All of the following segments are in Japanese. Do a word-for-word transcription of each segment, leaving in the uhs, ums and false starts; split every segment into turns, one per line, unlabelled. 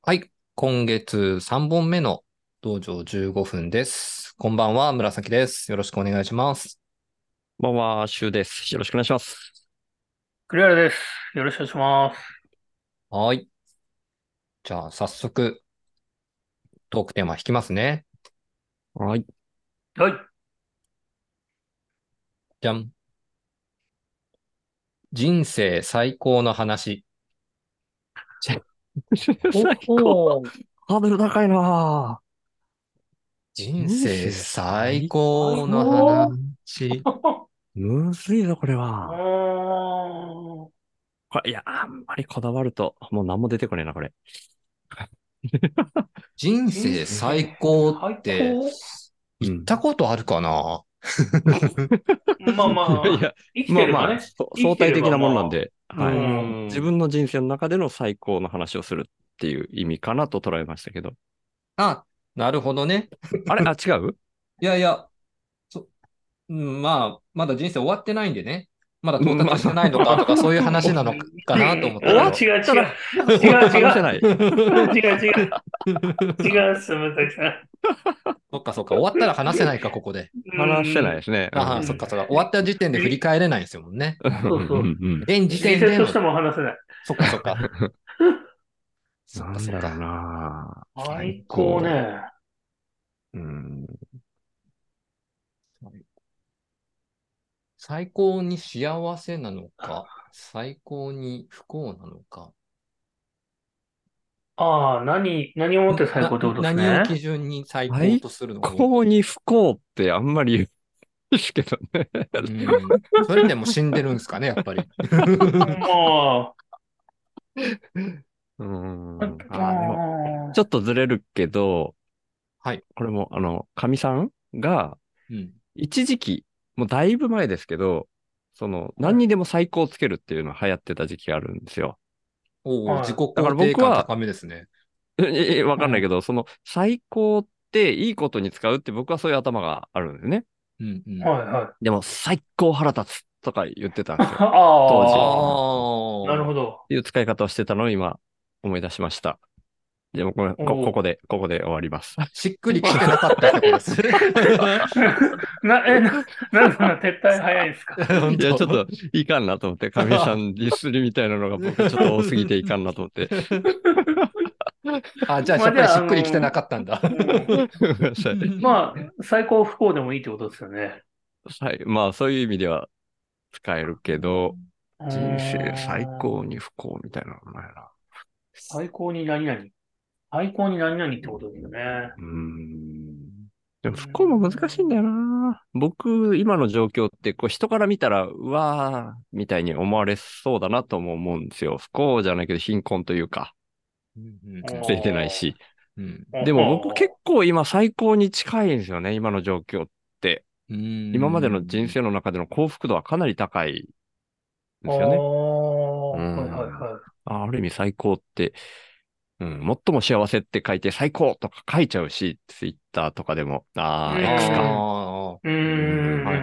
はい。今月さんぼんめの道場じゅうごふんです。こんばんは、紫です。よろしくお願いします。
こんばんは、シュウです。よろしくお願いします。
クリアです。よろしくお願いします。
はい。じゃあ、早速、トークテーマ引きますね。
はい。
はい。
じゃん。人生最高の話。
ほ
最高。
ほう。
ハードル高いなぁ。人
人生
生
最
最
最
高の
高。
話。
むずいぞ、これ
う
は。
ーん。
これ、いや、あんまりこだわると、もう何も出てこねえな、これ。
人
人
生最
生
高っ
最
て
高。
言った
うん。
ことあるかな？
まあまあ、
いや、
生き
まあまあ、
てればね。
そ
生きてれば
相対的なものなん
まあ、
で、
う
はい。
うん。
自
ーん。
分の人生の中での最高の話をするっていう意味かなと捉えましたけど。
あ、なるほどね。
あれ、あ、違う。
いやいや、そうん、まあ、まだ人生終わってないんでね。まだ到
ま
達してないのかとか、そういう話なのかなと思った
終わっ
けど。
違う違う。
たら、終わったら
違う違う。
話せない。
違う違う。違う、すみません。
そっかそっか、終わったら話せないか、ここで。
う
話せないで
ん
すね。う
ああ、
うん。
そっ
ん。
かそっか、終わった時点で振り
リ
返れないですよもんね。
うん
そうそう。
うんうん。
現時
リ
点での、
セットしても話せない。
そっかそっか、そっか
なんだろう
そっか。
な。最
最高
高。
ね。
うん。
最高に幸せなのか、最高に不幸なのか。
ああ、何、何をもって最高
な、
ってことです
何を基
ね。
準に最高
最
とするのを。
高に不幸ってあんまり言うんですけどね。
うん。それってもう死んでるんですかね、やっぱり。
ま
う
あ、
ん。ああ、でも、ちょっ
あ
とずれるけど、
はい。
これも、あの、かみさんが、
うん。
一時期、もうだいぶ前ですけど、その、
あ、はい、
何にでも最高つけるっていうのが流行ってた時期があるんですよ。
おお、自己
は
だから
肯定
僕は、
感高めですね。
ええわ
い、うん、
かんないけど、その最高っていいことに使うって僕はそういう頭があるんですね。
うんうん。
はい、はい。
でも最高腹立つとか言ってたんですよ。当時。っ
ああ、なるほ
ああ、
ど。
ていう使い方をしてたのを今思い出しました。でもこれ、こ、こ
おお。
こで、ここで終わります。
しっくりきてなかったってことです。
な、え、な、なんでそんな撤退早いんですか？
いや、ちょっ
本当。
といかんなと思って、神さんディスりみたいなのが僕ちょっと多すぎていかんなと思って。
あ、じゃあ、
まあ、
やっぱり
じゃあ、
しっくりきて
あの、
なかったんだ。
うん、
ごめんなさい。
まあ、最高不幸でもいいってことですよね。
はい。まあ、そういう意味では使えるけど、
う
人生最
ーん。
高に不幸みたいなのないな。
最高に何々。最高に何々ってことですよね。
うーん。で
うー
も不幸も難しいんだよ
ん。
な。僕、今の状況って、こう人から見たら、うわー、みたいに思われそうだなとも思うんですよ。不幸じゃないけど貧困というか、
うんうんうん
稼いでないし。
うん。
でも僕結
お
構今最高に近いんですよね、今の状況って。
う
今までの
ん。
人生の中での幸福度はかなり高いん
あ
ですよね。
あ、
う
はいはい
ん。
は
あ、ある意味最高って、うん、最も幸せって書いて最高とか書いちゃうし、ツイッターとかでも、
い。う
ああ、X か。
ーん。
ああ、
うー
うん。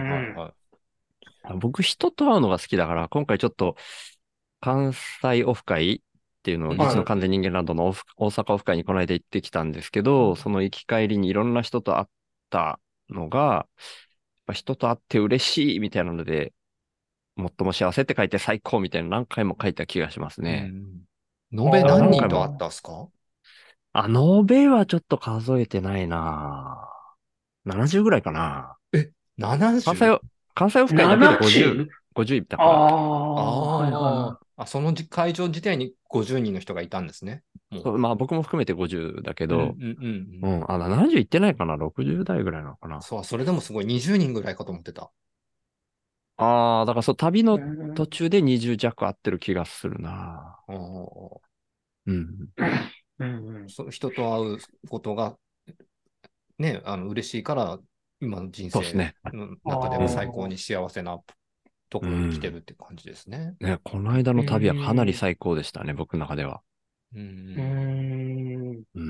はいはい
ん。
は
僕、人と会うのが好きだから、今回ちょっと関西オフ会っていうのを、
い。うん。
実の
は
完全人間ランドのオフ大阪オフ会にこの間行ってきたんですけど、その行き帰りにいろんな人と会ったのが、やっぱ人と会って嬉しいみたいなので、最も幸せって書いて最高みたいな何回も書いた気がします
う
ね。
ん。延べ
だから
あ
何
何回も、
人と会ったんすか？
あ、延べはちょっと数えてないな。ななじゅうぐらいかな。
え、
関
ななじゅう？
西、関西オフ
あ、
会だけでごじゅう、
ななじゅう？
ごじゅういった
あ
かな。
あ、はいはい
あ
は
あ、あ、そのじ会場自体にごじゅうにんの人がいたんですね。もう。
そうまあ僕も含めてごじゅうだけど、
うんうんうんうん。
うん、あ、ななじゅういってないかな？ ろくじゅう 代ぐらいなのかな。
そう、それでもすごいにじゅうにんぐらいかと思ってた。
ああ、だからそう、旅
い。う
の途
ん。
中でにじゅう弱合ってる気がするな。
ああ、
うん。
うんうん。
そう、人と会うことがね、あの、嬉しいから、今の人生
そうですね。
の
あ
中でも最高
あ、
に幸せなと
う
ころに来てる
ん。
って感じですね。
ね、この間
う
の旅はかなり
ん。
最高でしたね、僕の中では。
う
う
ん。
ん。
うん。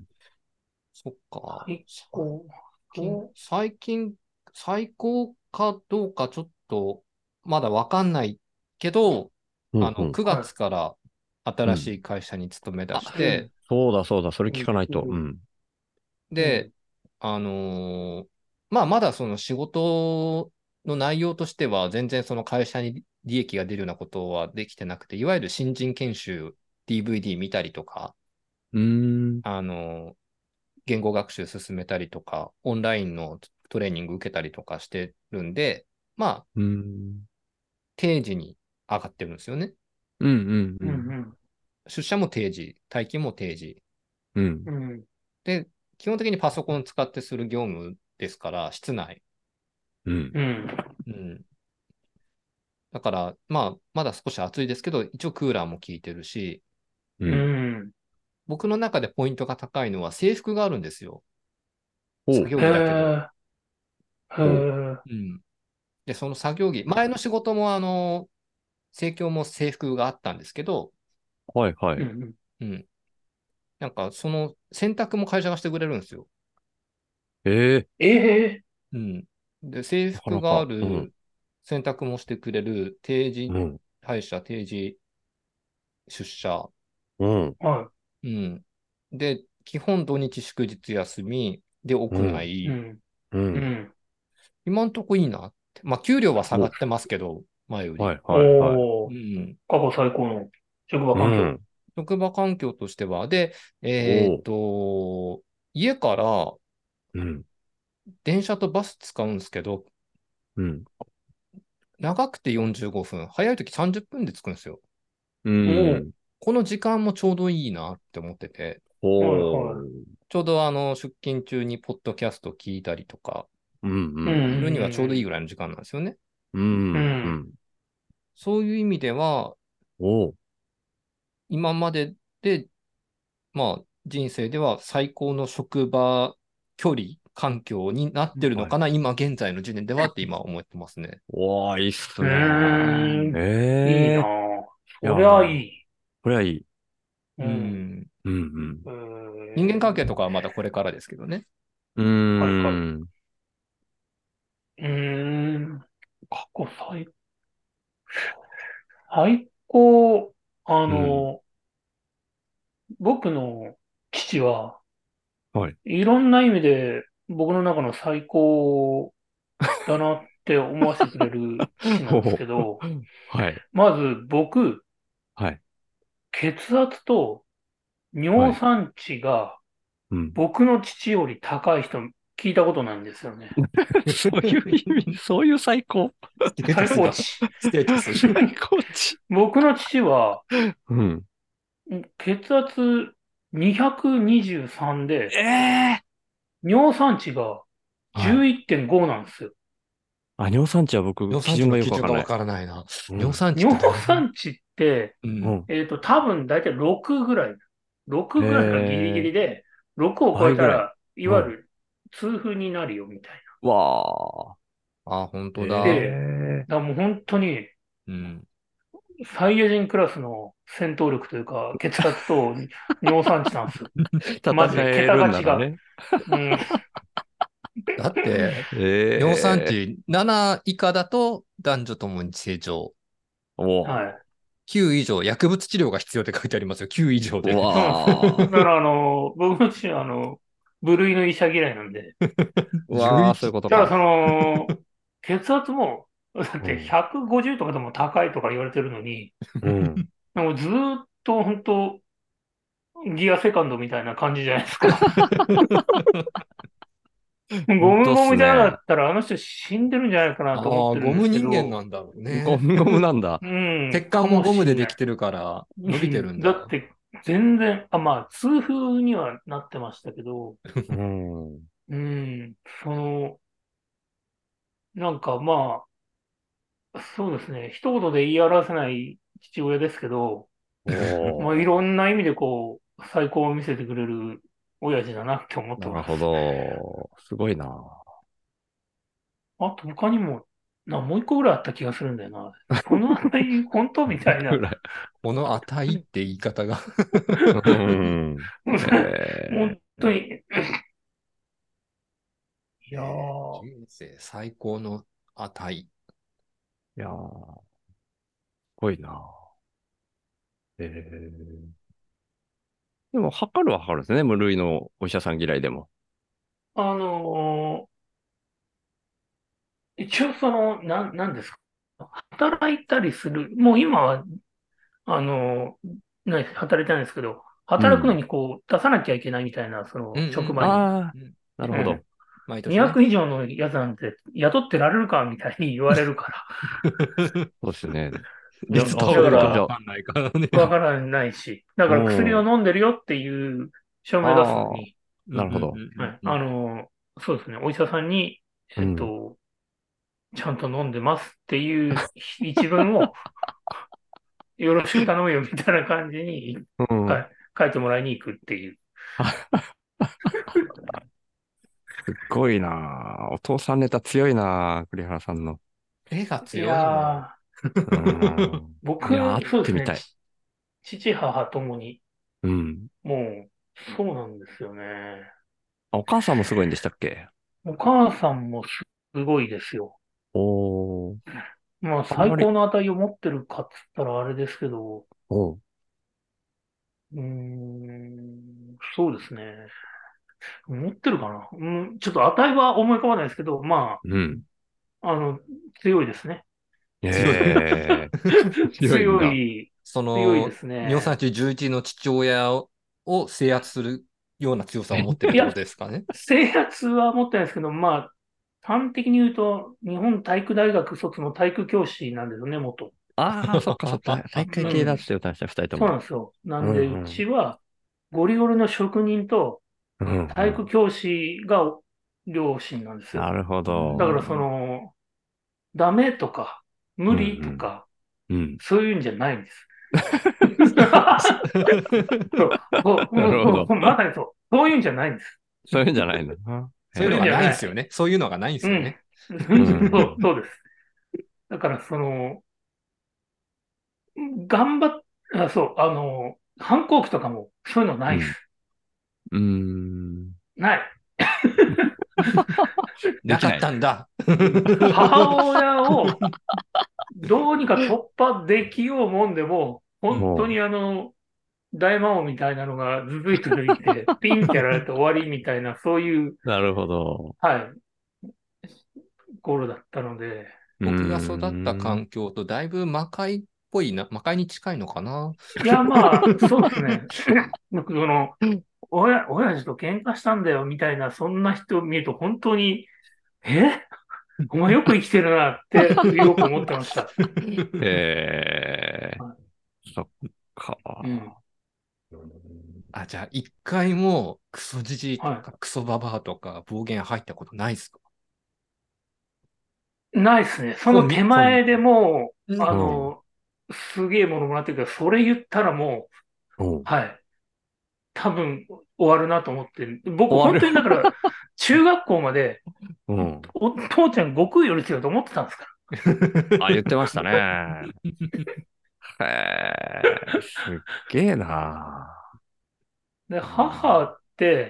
そっか。
最
最
高。
近、
こ
最近、最高かどうかちょっとまだわかんないけど、あの、
うんうん。
9
う。はい。
月から
うん。
新しい会社に勤め出
あ、
して、
うん。
そうだそうだ、それ聞かないと。
う
うんん。
で、あのーまあ、まだその仕事の内容としては、全然その会社に利益が出るようなことはできてなくて、いわゆる新人研修、ディーブイディー 見たりとか、
うーん。
あのー言語学習進めたりとか、オンラインのトレーニング受けたりとかしてるんで、まあ、
うーん。
定時に上がってるんですよね。
うんうんう
うん
ん。
うん
出社も定時、退勤も定時。
うん
う。ん
で、基本的にパソコンを使ってする業務ですから、室内。
うん
うん。
うん。だから、まあ、まだ少し暑いですけど、一応クーラーも効いてるし、
う。
うんん。
僕の中でポイントが高いのは制服があるんですよ。
ほう。
作業
へ
着だけど。
え、へ
ほう。
え、
うん。で、その作業着、前の仕事もあの、生協も制服があったんですけど、
はいはい。
うん
うん。なんか、その洗濯も会社がしてくれるんですよ。
ええ、
ええ、
うん。で、制服があ
なかなか。うん。
る、洗濯もしてくれる、定時
うん。
退社、定時出社。
うん。
は
うん。で、基本土日祝日休み、で、屋
うん。
い。う
内。
ん。
うん。
うん。
今んとこいいなって。まあ、給料は下が
お、
ってますけど、前より。
はいはいはい。
おー、
うん。
過去最高の職場環境。
うん。
職場環境としては、で、えっ
おう。
と、家から
うん。
電車とバス使うんですけど、
うん。
長くてよんじゅうごふん、早い時さんじゅっぷんで着くんですよ。
う
おー、
ん。
この時間もちょうどいいなって思ってて、
はい
ほ
は
ちょうどあの、出勤中にポッドキャスト聞いたりとか、
う。うんう
い。う
ん
するにはちょうどいい
ん。
ぐらいの時間なんですよね。
うん。
う
うん。う
ん。
ん。
そういう意味では、
おう。
今までで、まあ、人生では最高の職場距離、環境になってるの
はい。
かな、今現在の時点ではって今思ってますね。
おー、いいっす
う
ね。
ーん。いいな
ええ、
ぁ。
いや
そりゃい
ー、
い。
これはいい。
う
うん。
ん。
うん
え
人間関係
ー、
とかはまだこれからですけどね。
うん。
はいは
うーん。
い。うーん。過去最、最高、あ
うん。
の、僕の父は、
はい。
いろんな意味で僕の中の最高だなって思わせてくれる父なんです
ほう。
けど、
はい。
まず僕、
はい。
血圧と尿
はい。
酸値が
うん。
僕の父より高い人聞いたことないんですよね。
そういう意味、そういう最高。
ステータ
最
スが、
高値。
ステータス。
最高値。
僕の父は
うん。
血圧にひゃくにじゅうさんで
ええ、
尿酸値が
はい。
じゅういってんごなんですよ。
あ、尿酸値は僕、
尿酸値
基準が
の基準がわ
よくわかんない。
からないな。尿
うん。
酸値って
尿
どれぐらい？
酸値って、
うん。
うん。
えっと、多分大体ろくぐらい。ろく
へ
ぐらいがギリギ
え、
リで、ろくを超え
倍ぐらい。
たら、い
うん。
わゆる痛風になるよみたい
わあ。
あ、本当
な。
だ。
で、
ええ、
だからもう本当に
うん。
サイヤ人クラスの戦闘力というか、血圧と尿酸値なんですよ。マジで
戦えるん
桁が違う。
ならね。
うん。
だって、尿酸
ええ、
値なな以下だと男女ともに正常。
お
はい。
きゅう以上、薬物治療が必要って書いてありますよ。きゅう以上
う
で。
そうなんですよ。だ
わあ。
からあの、僕の父はあの、部類の医者嫌いなんで。
うわあ、そういう
じゅういち。
こと
ただそ
か。
の、血圧も、だって
うん。
ひゃくごじゅうとかでも高いとか言われてるのに、
うん。
でもずーっと本当、ギアセカンドみたいな感じじゃないですか。ゴ
本当っ
ムゴムじゃなか
すね。
ったらあの人死んでるんじゃないかなと思っ
ああ、
てるんです
ゴム人間
けど、
なんだろうね。
ゴムゴムなんだ。
うん、
血管も
かも
ゴムで
しんない。
できてるから伸びて
うん
るんだ。
だって全然、あ、まあ、痛風にはなってましたけど、
うん。
うん、その、なんかまあ、そうですね、一言で言い表せない父親ですけど、まあ、いろ
おー。
んな意味でこう、最高を見せてくれる親父だなって思って
なるほ
ます。
ど。すごいな。
あと他にも、な、もう一個ぐらいあった気がするんだよな。そのあたり、本当みたいな。
ぐらい。
この値って言い方が。
うん。え
本当に。いやー、
人生最高の値。
ー、いやー、すごいな。えー、 でも、測るは測るんですね。無類のお医者さん嫌いでも。
あのー一応その、なん、なんですか。働いたりする、もう今は、あのーない働いてないんですけど、働くの
うん。
にこう、出さなきゃいけないみたいな、その、
うんうん
職場に。
ああ、
うん。
なるほど。
うん。
毎年ね。
にひゃく以上のやつなんて雇ってられるかみたいに言われるから。
そうですね。
いや、
実倒
それ
れると、じゃあ、
はわかんないからね。
わからないし、だから薬を
うん。
飲んでるよっていう証明出すの
ああ、
に、
うんうん
なるほど。
はい、あ
うん
の、そうですね、お医者さんに、えっ
うん。
と、ちゃんと飲んでますっていう一文をよろしく頼むよみたいな感じに、
うん。
はい、書いてもらいに行くっていう。
すっごいなぁ。お父さんネタ強いなぁ、栗原さんの。
絵が
い
強いも
や
う
ー、
ん。いや、会
僕、
っ
そうですね、
てみたい。
ち父、母ともに、
うん。
もう、そうなんですよね。
あ、お母さんもすごいんでしたっけ？
お母さんもすごいですよ。
おー。
まあ、
あんまり、
最高の値を持ってるかっつったらあれですけど、
おう。
うーん、そうですね。持ってるかな。うん、ちょっと値は思い浮かばないですけど、ま
うん。
あ、あの、強いですね。
強い。
ええ強いんだ。
強い、
そ
強いで
の、
すね。
尿酸値じゅういちの父親をを制圧するような強さを持ってる
いや、
ってことですかね。
制圧は持ってないですけど、まあ、端的に言うと、日本体育大学卒の体育教師なんですよね、元。
ああ、そっかそっか。体育会系だっ
うん。
て言ってました、二人と
そうな
も。
んですよ。な
う
んで、う
んうん。
ちは、ゴリゴリの職人と
うんうん。
体育教師が両親なんですよ。
なるほ
うん
だから、
ど。
その、ダメとか、
う
無理と
ん
か、
うん。うん。
そういうんじゃないんです。そう、そう、
なるほど。
もうそうまさにそう。そういうんじゃないんです。
そういうんじゃないんだな。
そういうのが
そういうんじゃない。
ないんですよね。そういうのがないんで
うん。
すよね。
う
そう、
ん。
そうです。だから、その、頑張っ、あ、そう、あの、反抗期とかも、そういうのな
うん。
いです。
うん。
ない。
なかっ
できない。
たんだ。
母親をどうにか突破できようもんでも、本当
も
にあの、大魔王みたいなのが続いて続いて、ピンってやられて終わりみたいな、そういう、
う。なるほど。
はい、頃だったので、
うー
僕が育った
ん。
環境とだいぶ魔界っぽいな、魔界に近いのかな。
いや、まあ、そうですね。僕、その、親、親父と喧嘩したんだよ、みたいな、そんな人を見ると、本当に、えお前よく生きてるな、ってよく思ってました。
ええ
は
そっか。
い、うん。
あ、じゃあ一回もクソじじいと
は
かクソババアとか暴言入ったことないですか？
い。ないですね。その手
コンビ、コンビ。
前でもう、あ
うん。
うん。
の、すげえものもらってるけど、それ言ったらもう、
うん。
はい。多分終わるなと思ってる。僕、
終わる。
本当にだから、中学校まで、
うん。
お父ちゃん悟空より強いと思ってたんですか
あ、言ってましたね。へえ、すっげえな。
ら。で、
うん。
母って、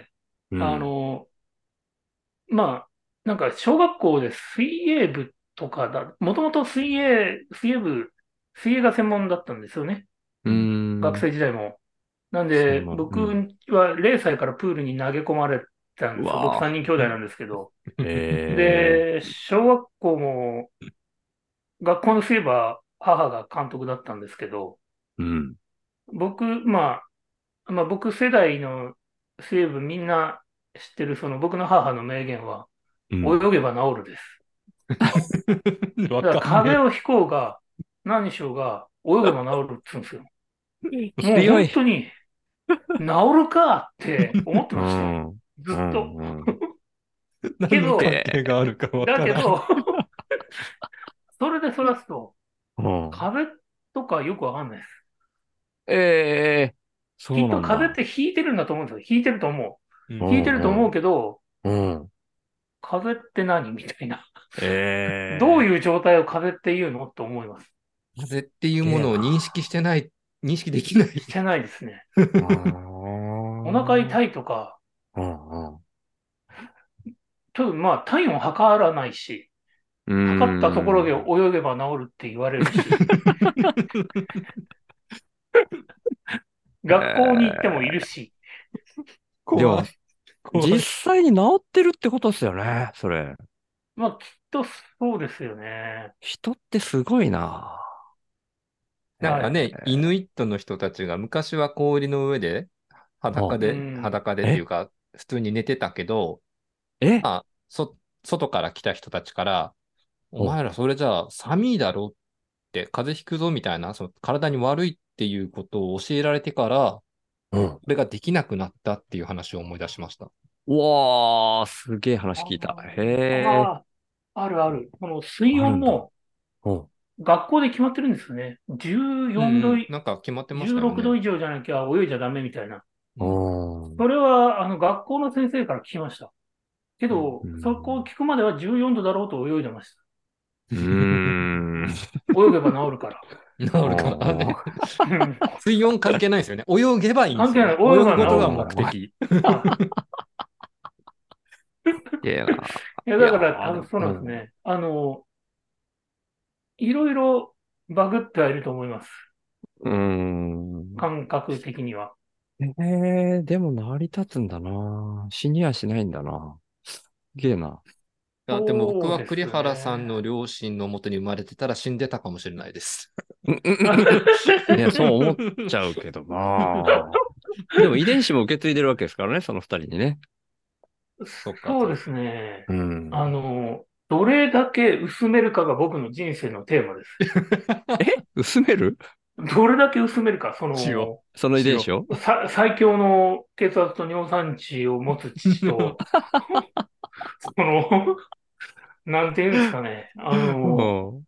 あ
うん。
の、まあ、なんか小学校で水泳部とかだ、もともと水泳、水泳部、水泳が専門だったんですよね。
うー
学
ん。
生時代も。なんで、
そうなの。う
僕
ん。
はれいさいからプールに投げ込まれたん
う
ですよ。僕
わ
さんにん兄弟なんですけど。
ーえ
で、小学校も、学校の水泳部は母が監督だったんですけど、
ー。うん。
僕、まあ、まあ僕世代の水泳部みんな知ってるその僕の母の名言は、
うん。
泳げば治るです。
わ
だから
かんね
風邪をひこうが、何しようが、泳げば治るって言うんですよ。もう
強い。
本当に、治るかって思って
う
ましたよ。
ん。う
ずっと。
ん。うん。
え。何の関
けど、
係があるかわからん。
だけど、それでそらすと、
うん。
風邪とかよくわかんないです。
ええそう
きっと
なんだ。
風邪って引いてるんだと思うんですよ。引いてると思
うん
う。引いてると
うん
思うけど、
うん。うん。
風邪って何みたいな。どう
ええ
いう状態を風邪って言うのと思います。
風っていうものを
げえな。
認識してない、認識できない。
してないですね。
ああ。
お腹痛いとか、
うんうん。
とまあ体温測らないし、
うー
測ったところで
ん。
泳げば治るって言われるし、学校に行ってもいる
え
し、
でも、
怖い。怖
実
い。
際に治ってるってことですよね、それ。
まあ、きっとそうですよね。
人ってすごいな。
はい。
なんかね、イ
え
ヌイットの人たちが昔は氷の上で
ー、は
裸で、
うん。
裸でってい
え、
うか、普通に寝てたけど、
え、
まあ、そ、外から来た人たちから、お
お、
前らそれじゃあ寒いだろって、風邪ひくぞみたいな、その体に悪いっていうことを教えられてから、
うん。
これができなくなったっていう話を思い出しました。
うわー、すげえ話聞いた。へえ、
ああ、あるある。この水
あるんだ。
温も
うん。
学校で決まってるんですよね。14
うんう
度
ん。なんか決まってまし
16
たよね。
度以上じゃなきゃ泳いじゃダメみたいな。
う
うん。
ん。
それは、あの、学校の先生から聞きました。け
うん。
う
ど、そこを
ん。
聞くまではじゅうよんどだろうと泳いでまし
うーん。
た。泳げば治るから。
治るか。あ、
お
ね、
ー。
うん
水温関係ないですよね。泳げばいいんで
関係ない。
すよね。
泳げば
泳ぐことが
治るから。
目的。
あ、
いやな。
いや、
いや
だから
ー、でも、
多分そう
うん。
なんですね。あの、いろいろバグってはいると思います。
うーん。
感覚的には。
えー、でも成り立つんだな。死にはしないんだな。すっげえな。
あ、でも僕
そうです
は栗原さん
ね。
の両親のもとに生まれてたら死んでたかもしれないです。
うんうんうんね、そう思っちゃうけどな。でも遺伝子も受け継いでるわけですからね、その二人にね。
そっか、
そうです
そうか。
ね。
う
あ
ん。
の、どれだけ薄めるかが僕の人生のテーマです。
え、薄める
どれだけ薄めるか、そ
血を、
の、
その遺
血を。
伝子を
さ、最強の血圧と尿酸値を持つ父と、その、なんていうんですかね、あ
う
の、
ん。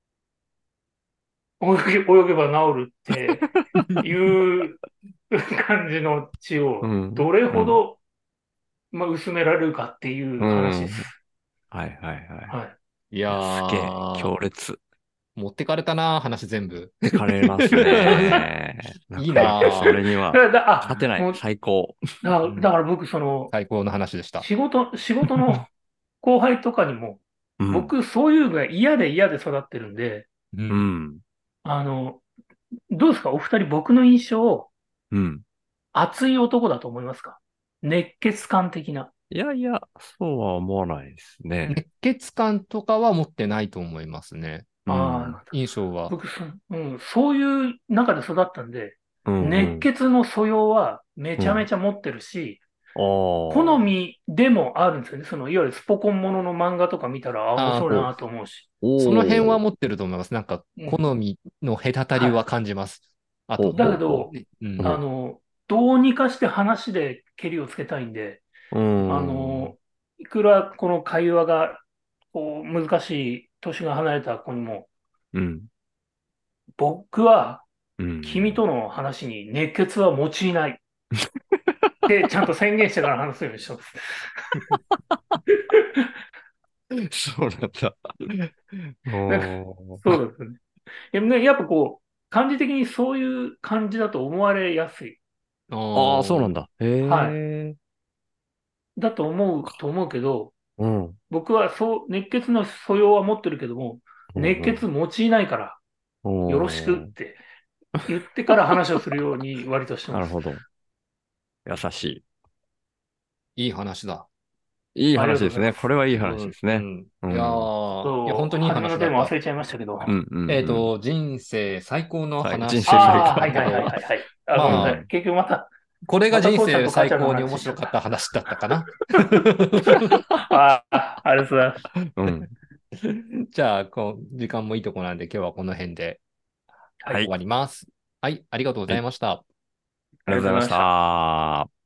泳げ、泳げば治るっていう感じの血を、
うん。
どれ
うん。
ほど、まあ、薄められるかっていう
う
話で
ん。
す。
はいはいはい。
はい。
いや
いや、すげえ、
ー、
強烈。
持ってかれたな、話全部。
ってかれますね。な
いい
かなかそ
な
れには
だ、だ、あ、
勝てない。
もう、
最高。
だ、
ー、うん、
だから僕、その、
最高の話でした。
仕事、仕事の後輩とかにも、
うん。
僕、そういうのが嫌で嫌で育ってるんで、
うん。
うん。
あの、どうですかお二人、僕の印象、
うん。
熱い男だと思いますか？熱血感的な。
いやいや、そうは思わないですね。
熱血感とかは持ってないと思いますね。
う
ああ、
ん。
印象は。
僕そ、うん、そういう中で育ったんで、
うんうん。
熱血の素養はめちゃめ
うん。
ちゃ持ってるし、
ああ。
好みでもあるんですよね。その、いわゆるスポコンものの漫画とか見たら、あ、面
ああ、
白い
こう、
なと思うし。
その辺は
おお。
持ってると思います。なんか、
うん。
好みの隔たりは
はい。
感じます。あ
ほう
と、
ほうほ
だけど、
ね、うん。
あ
う。
の、どうにかして話でケリをつけたいんで、
う
あ
ん。うん。
の、いくらこの会話が、こう、難しい年が離れた子にも、
うん。
僕は
うん。
君との話に熱血は用いないってちゃんと宣言してから話すようにしてます。
そうなんだ。
なんか、
おー。
そうですね。でもね、やっぱこう、感じ的にそういう感じだと思われやすい。
あ
ああ、そうなん
あ、
だ。へ
はい。
え。
だと思うと
か。
思うけど、
うん。
僕はそう、熱血の素養は持ってるけども、
うんうん。
熱血用いないからよろしく
おー。
って言ってから話をするように割としてます。
なるほど。優し
いい話だ。
い。いい
ありが
話ですね。こ
とうございます。
れはいい話
うん、
ですね。
うん。
う
いや
ん。
ー、いや、本
そう、
当にいい
初めのテー
話だった。
マ忘れちゃいましたけど。
うんうん
えっ
うん。
と、人生最高の
最人生最
ああ、
話
はいはいはい
高。
と、
はいはい。あ、ごめんなさ
まあ、
い。結局また、
これが
また
人生
父ちゃんと母ち
最高に
ゃんの話
面白かった
しちゃった。
話だったかな。
ああ、ありがとうございます。
うん。
じゃあ、こう、時間もいいとこなんで、今日はこの辺で
はい。
はい。
終わります。はい、ありがとうご
はい。
ざいました。
ありがとうございまし
ありがとうございました。
た。